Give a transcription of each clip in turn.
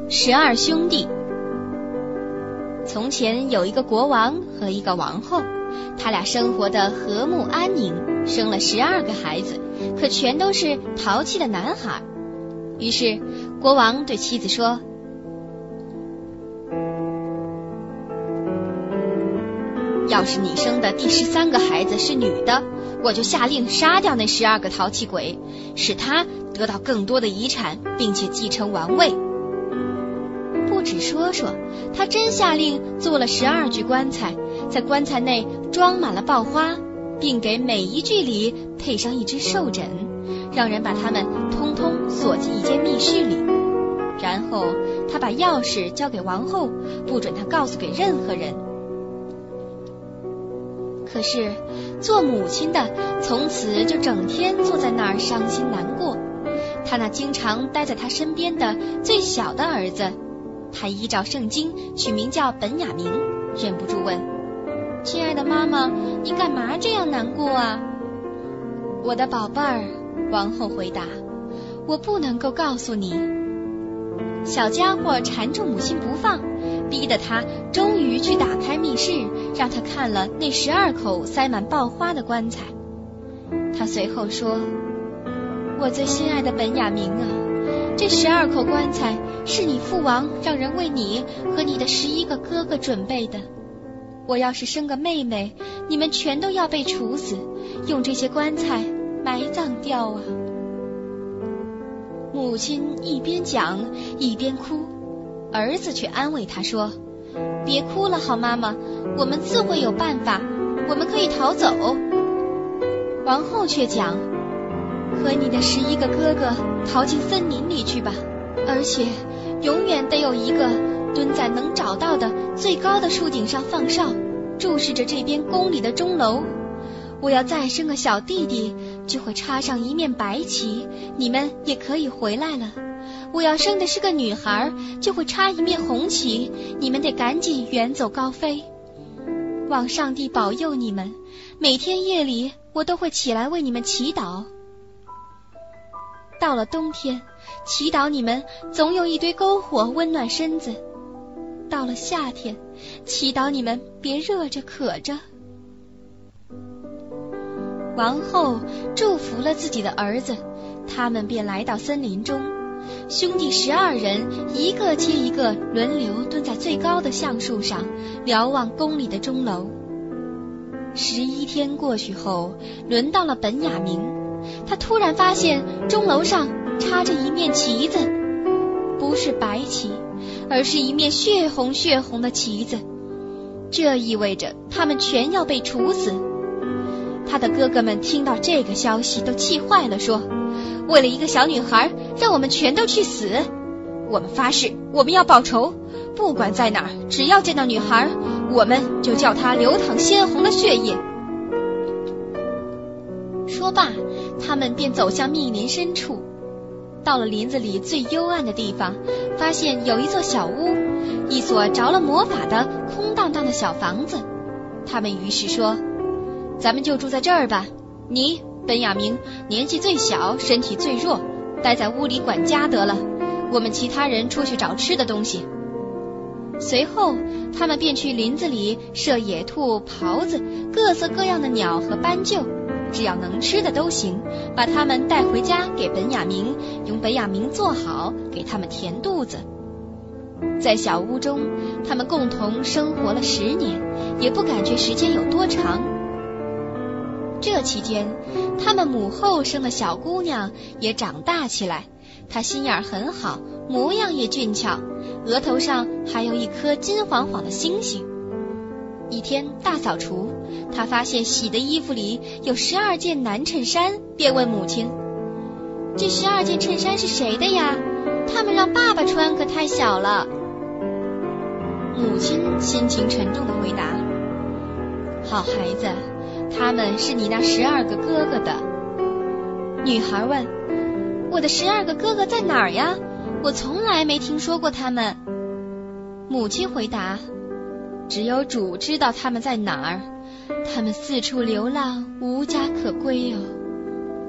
12兄弟。从前有一个国王和一个王后，他俩生活的和睦安宁，生了12个孩子，可全都是淘气的男孩。于是国王对妻子说，要是你生的第13个孩子是女的，我就下令杀掉那12个淘气鬼，使他得到更多的遗产，并且继承王位。不止说说，他真下令做了12具棺材，在棺材内装满了爆花，并给每一具里配上一只兽枕，让人把它们通通锁进一间密室里。然后他把钥匙交给王后，不准她告诉给任何人。可是做母亲的从此就整天坐在那儿伤心难过。他那经常待在他身边的最小的儿子，他依照圣经取名叫本雅明，忍不住问，亲爱的妈妈，你干嘛这样难过啊？我的宝贝儿，王后回答，我不能够告诉你。小家伙缠住母亲不放，逼得他终于去打开密室，让他看了那12口塞满爆花的棺材。他随后说，我最心爱的本雅明啊，这12口棺材是你父王让人为你和你的11个哥哥准备的。我要是生个妹妹，你们全都要被处死，用这些棺材埋葬掉啊。母亲一边讲一边哭，儿子却安慰她说，别哭了好妈妈，我们自会有办法，我们可以逃走。王后却讲，和你的11个哥哥逃进森林里去吧，而且永远得有一个蹲在能找到的最高的树顶上放哨，注视着这边宫里的钟楼。我要再生个小弟弟，就会插上一面白旗，你们也可以回来了。我要生的是个女孩，就会插一面红旗，你们得赶紧远走高飞。望上帝保佑你们，每天夜里我都会起来为你们祈祷。到了冬天，祈祷你们总有一堆篝火温暖身子；到了夏天，祈祷你们别热着渴着。王后祝福了自己的儿子，他们便来到森林中。兄弟12人一个接一个轮流蹲在最高的橡树上，瞭望宫里的钟楼。11天过去后，轮到了本雅明，他突然发现钟楼上插着一面旗子，不是白旗，而是一面血红血红的旗子，这意味着他们全要被处死。他的哥哥们听到这个消息都气坏了，说，为了一个小女孩，让我们全都去死。我们发誓，我们要报仇，不管在哪儿，只要见到女孩，我们就叫她流淌鲜红的血液。说罢，他们便走向密林深处。到了林子里最幽暗的地方，发现有一座小屋，一所着了魔法的空荡荡的小房子。他们于是说，咱们就住在这儿吧，你本雅明年纪最小，身体最弱，待在屋里管家得了，我们其他人出去找吃的东西。随后他们便去林子里射野兔、狍子，各色各样的鸟和斑鸠，只要能吃的都行，把它们带回家给本雅明，用本雅明做好，给他们填肚子。在小屋中，他们共同生活了10年，也不感觉时间有多长。这期间，他们母后生的小姑娘也长大起来，她心眼很好，模样也俊俏，额头上还有一颗金黄黄的星星。一天大扫除，她发现洗的衣服里有12件男衬衫，便问母亲，这12件衬衫是谁的呀？他们让爸爸穿可太小了。母亲心情沉重地回答，好孩子，他们是你那12个哥哥的。女孩问，我的12个哥哥在哪儿呀？我从来没听说过他们。母亲回答，只有主知道他们在哪儿，他们四处流浪，无家可归哦。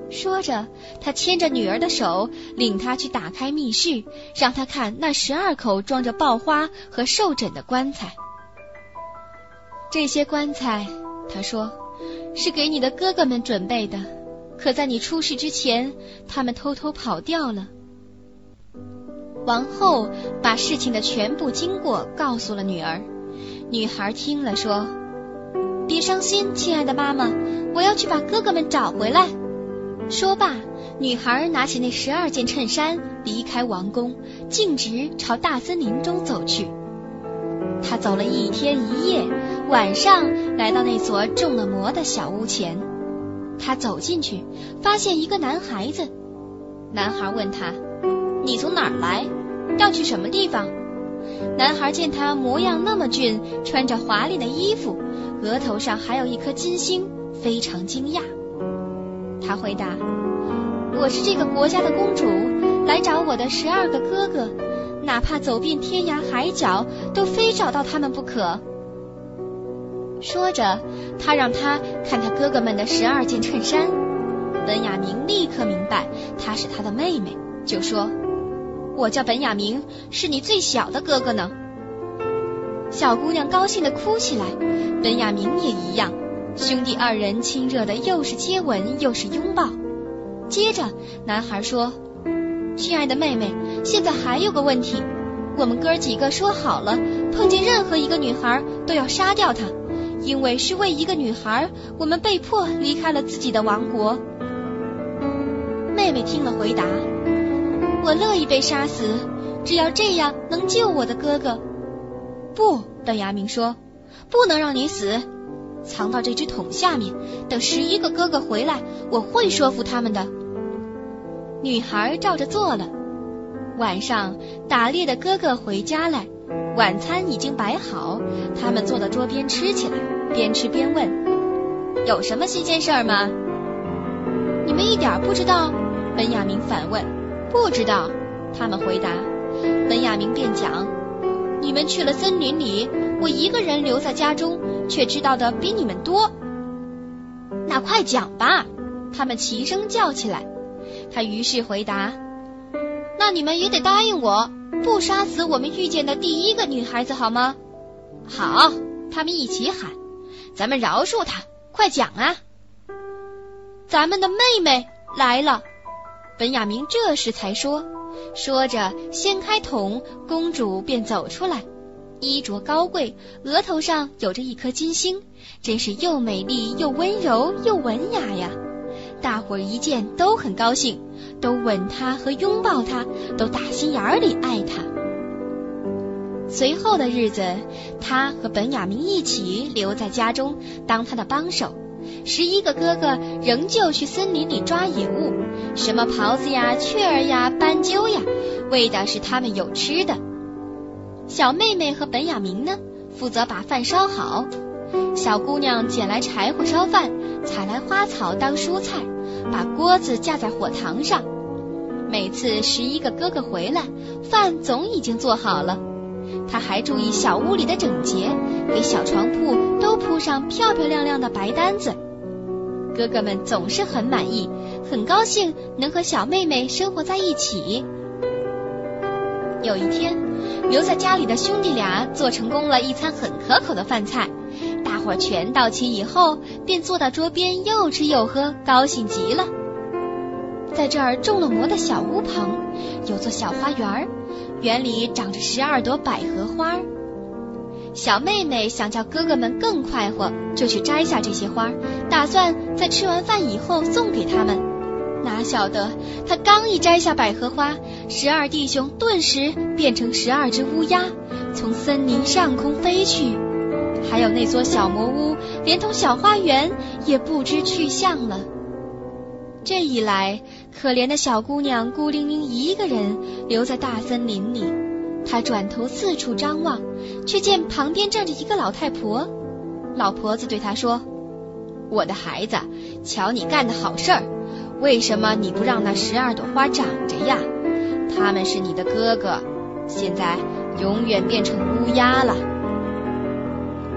说着，他牵着女儿的手，领她去打开密室，让她看那12口装着爆花和寿枕的棺材。这些棺材，他说，是给你的哥哥们准备的，可在你出事之前，他们偷偷跑掉了。王后把事情的全部经过告诉了女儿。女孩听了说，别伤心，亲爱的妈妈，我要去把哥哥们找回来。说罢，女孩拿起那12件衬衫，离开王宫，径直朝大森林中走去。她走了1天1夜，晚上来到那所中了魔的小屋前。她走进去，发现一个男孩子。男孩问她，你从哪儿来？要去什么地方？男孩见他模样那么俊，穿着华丽的衣服，额头上还有一颗金星，非常惊讶。他回答，我是这个国家的公主，来找我的12个哥哥，哪怕走遍天涯海角，都非找到他们不可。说着，他让他看他哥哥们的12件衬衫。本雅明立刻明白她是他的妹妹，就说，我叫本雅明，是你最小的哥哥呢。小姑娘高兴地哭起来，本雅明也一样，兄弟2人亲热的又是接吻又是拥抱。接着男孩说，亲爱的妹妹，现在还有个问题，我们哥几个说好了，碰见任何一个女孩都要杀掉她，因为是为一个女孩，我们被迫离开了自己的王国。妹妹听了回答，我乐意被杀死，只要这样能救我的哥哥。不，本雅明说，不能让你死，藏到这只桶下面，等11个哥哥回来，我会说服他们的。女孩照着做了。晚上打猎的哥哥回家来，晚餐已经摆好，他们坐到桌边吃起来，边吃边问，有什么新鲜事儿吗？你们一点不知道？本雅明反问。不知道，他们回答。本雅明便讲，你们去了森林里，我一个人留在家中，却知道的比你们多。那快讲吧，他们齐声叫起来。他于是回答，那你们也得答应我，不杀死我们遇见的第一个女孩子好吗？好，他们一起喊，咱们饶恕她，快讲啊。咱们的妹妹来了。本雅明这时才说，说着掀开桶，公主便走出来，衣着高贵，额头上有着一颗金星，真是又美丽又温柔又文雅呀。大伙儿一见都很高兴，都吻她和拥抱她，都打心眼里爱她。随后的日子，她和本雅明一起留在家中当她的帮手，11个哥哥仍旧去森林里抓野物，什么狍子呀、雀儿呀、斑鸠呀，为的是他们有吃的。小妹妹和本雅明呢，负责把饭烧好。小姑娘捡来柴火烧饭，采来花草当蔬菜，把锅子架在火塘上。每次11个哥哥回来，饭总已经做好了。她还注意小屋里的整洁，给小床铺都铺上漂漂亮亮的白单子。哥哥们总是很满意，很高兴能和小妹妹生活在一起。有一天，留在家里的兄弟俩做成功了一餐很可口的饭菜，大伙儿全到齐以后，便坐到桌边又吃又喝，高兴极了。在这儿中了魔的小屋旁，有座小花园，园里长着12朵百合花。小妹妹想叫哥哥们更快活，就去摘下这些花，打算在吃完饭以后送给他们。哪晓得她刚一摘下百合花，12弟兄顿时变成12只乌鸦，从森林上空飞去。还有那座小魔屋，连同小花园也不知去向了。这一来，可怜的小姑娘孤零零一个人留在大森林里。她转头四处张望，却见旁边站着一个老太婆。老婆子对她说，我的孩子，瞧你干的好事儿，为什么你不让那12朵花长着呀？他们是你的哥哥，现在永远变成乌鸦了。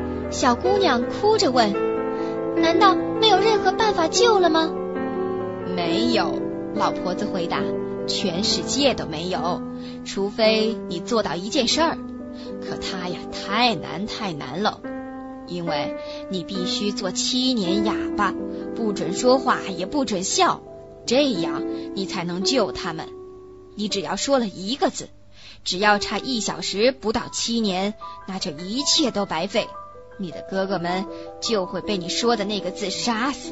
小姑娘哭着问，难道没有任何办法救了吗？ 没有，老婆子回答，全世界都没有，除非你做到一件事儿，可它呀太难了，因为你必须做7年哑巴，不准说话也不准笑，这样你才能救他们。你只要说了一个字，只要差1小时不到7年，那就一切都白费，你的哥哥们就会被你说的那个字杀死。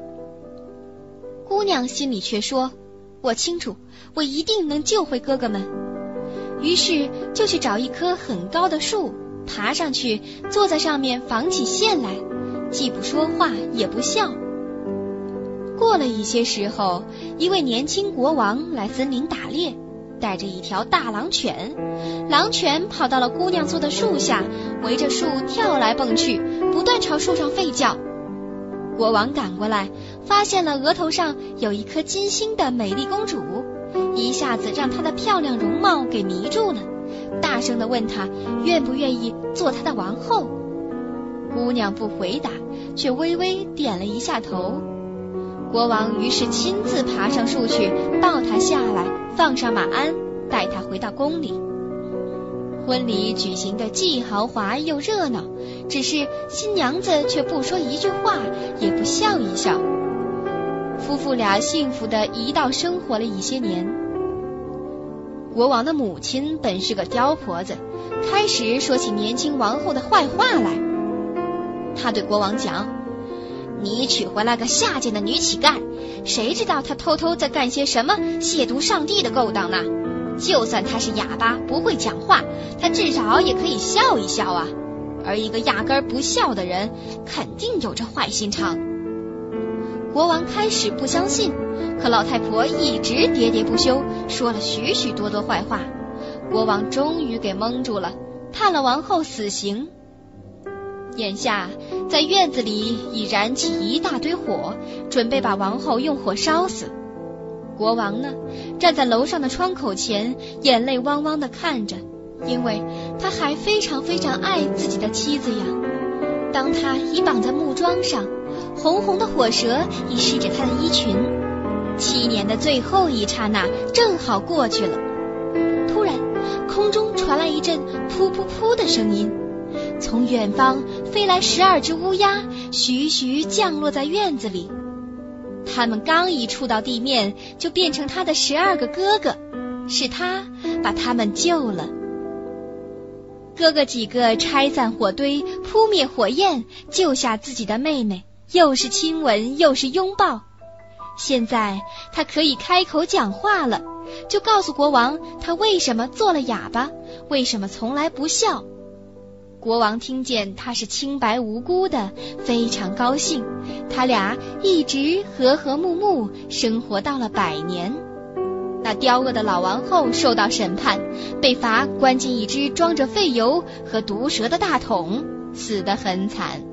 姑娘心里却说，我清楚，我一定能救回哥哥们。于是就去找一棵很高的树，爬上去，坐在上面纺起线来，既不说话也不笑。过了一些时候，一位年轻国王来森林打猎，带着一条大狼犬。狼犬跑到了姑娘坐的树下，围着树跳来蹦去，不断朝树上吠叫。国王赶过来，发现了额头上有一颗金星的美丽公主，一下子让她的漂亮容貌给迷住了，大声地问她愿不愿意做她的王后。姑娘不回答，却微微点了一下头。国王于是亲自爬上树去，抱她下来，放上马鞍，带她回到宫里。婚礼举行的既豪华又热闹，只是新娘子却不说一句话，也不笑一笑。夫妇俩幸福地一道生活了一些年。国王的母亲本是个刁婆子，开始说起年轻王后的坏话来。她对国王讲，你娶回来个下贱的女乞丐，谁知道她偷偷在干些什么亵渎上帝的勾当呢？就算她是哑巴不会讲话，她至少也可以笑一笑啊，而一个压根不笑的人肯定有着坏心肠。国王开始不相信，可老太婆一直喋喋不休，说了许许多多坏话。国王终于给蒙住了，判了王后死刑。眼下在院子里已燃起一大堆火，准备把王后用火烧死。国王呢，站在楼上的窗口前，眼泪汪汪地看着，因为他还非常爱自己的妻子呀。当他已绑在木桩上，红红的火舌已湿着他的衣裙，7年的最后一刹那正好过去了。突然空中传来一阵噗噗噗的声音，从远方飞来12只乌鸦，徐徐降落在院子里。他们刚一触到地面，就变成他的12个哥哥，是他把他们救了。哥哥几个拆散火堆，扑灭火焰，救下自己的妹妹，又是亲吻又是拥抱。现在他可以开口讲话了，就告诉国王他为什么做了哑巴，为什么从来不笑。国王听见他是清白无辜的，非常高兴，他俩一直和和睦睦生活到了100年。那刁恶的老王后受到审判，被罚关进一只装着废油和毒蛇的大桶，死得很惨。